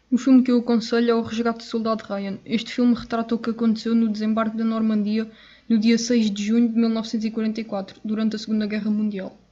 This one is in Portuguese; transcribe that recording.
O filme que eu aconselho é O Resgate do Soldado Ryan. Este filme retrata o que aconteceu no desembarque da Normandia no dia 6 de junho de 1944, durante a Segunda Guerra Mundial.